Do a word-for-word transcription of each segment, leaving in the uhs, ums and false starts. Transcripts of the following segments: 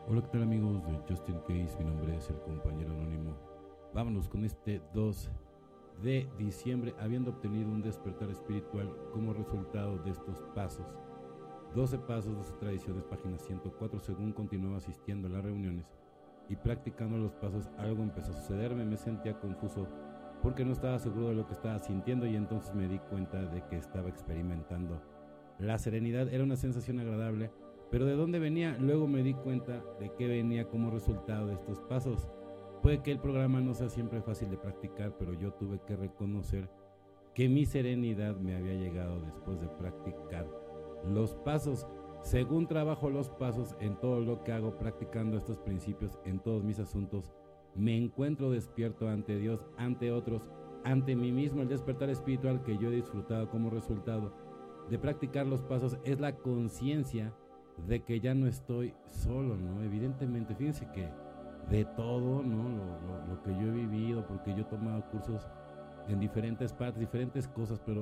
Hola, ¿qué tal amigos de Just In Case? Mi nombre es el compañero anónimo. Vámonos con este dos de diciembre, habiendo obtenido un despertar espiritual como resultado de estos pasos. doce pasos, doce tradiciones, página ciento cuatro. Según continuaba asistiendo a las reuniones y practicando los pasos, algo empezó a sucederme. Me sentía confuso porque no estaba seguro de lo que estaba sintiendo, y entonces me di cuenta de que estaba experimentando la serenidad. Era una sensación agradable, pero ¿de dónde venía? Luego me di cuenta de que venía como resultado de estos pasos. Puede que el programa no sea siempre fácil de practicar, pero yo tuve que reconocer que mi serenidad me había llegado después de practicar los pasos. Según trabajo los pasos en todo lo que hago, practicando estos principios en todos mis asuntos, me encuentro despierto ante Dios, ante otros, ante mí mismo. El despertar espiritual que yo he disfrutado como resultado de practicar los pasos es la conciencia de que ya no estoy solo, ¿no? Evidentemente, fíjense que de todo, ¿no? Lo, lo, lo que yo he vivido, porque yo he tomado cursos en diferentes partes, diferentes cosas, pero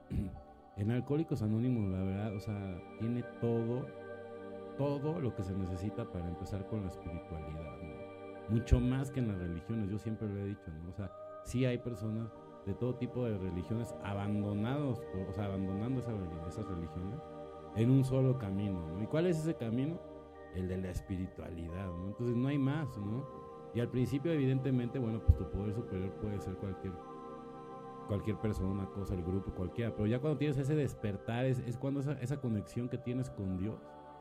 en Alcohólicos Anónimos, la verdad, o sea, tiene todo, todo lo que se necesita para empezar con la espiritualidad, ¿no? Mucho más que en las religiones, yo siempre lo he dicho, ¿no? O sea, sí hay personas de todo tipo de religiones abandonados, o sea, abandonando esa, esas religiones en un solo camino, ¿no? ¿Y cuál es ese camino? El de la espiritualidad, ¿no? Entonces no hay más, ¿no? Y al principio, evidentemente, bueno, pues tu poder superior puede ser cualquier cualquier persona, una cosa, el grupo, cualquiera, pero ya cuando tienes ese despertar, es, es cuando esa, esa conexión que tienes con Dios,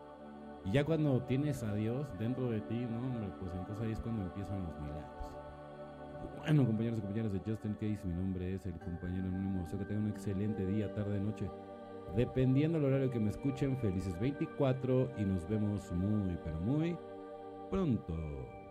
y ya cuando tienes a Dios dentro de ti, ¿no? Hombre, pues entonces ahí es cuando empiezan los milagros. Bueno, compañeros y compañeras de Just In Case, mi nombre es el compañero anónimo. Deseo que tengan un excelente día, tarde, noche, dependiendo del horario que me escuchen. Felices veinticuatro y nos vemos muy, pero muy pronto.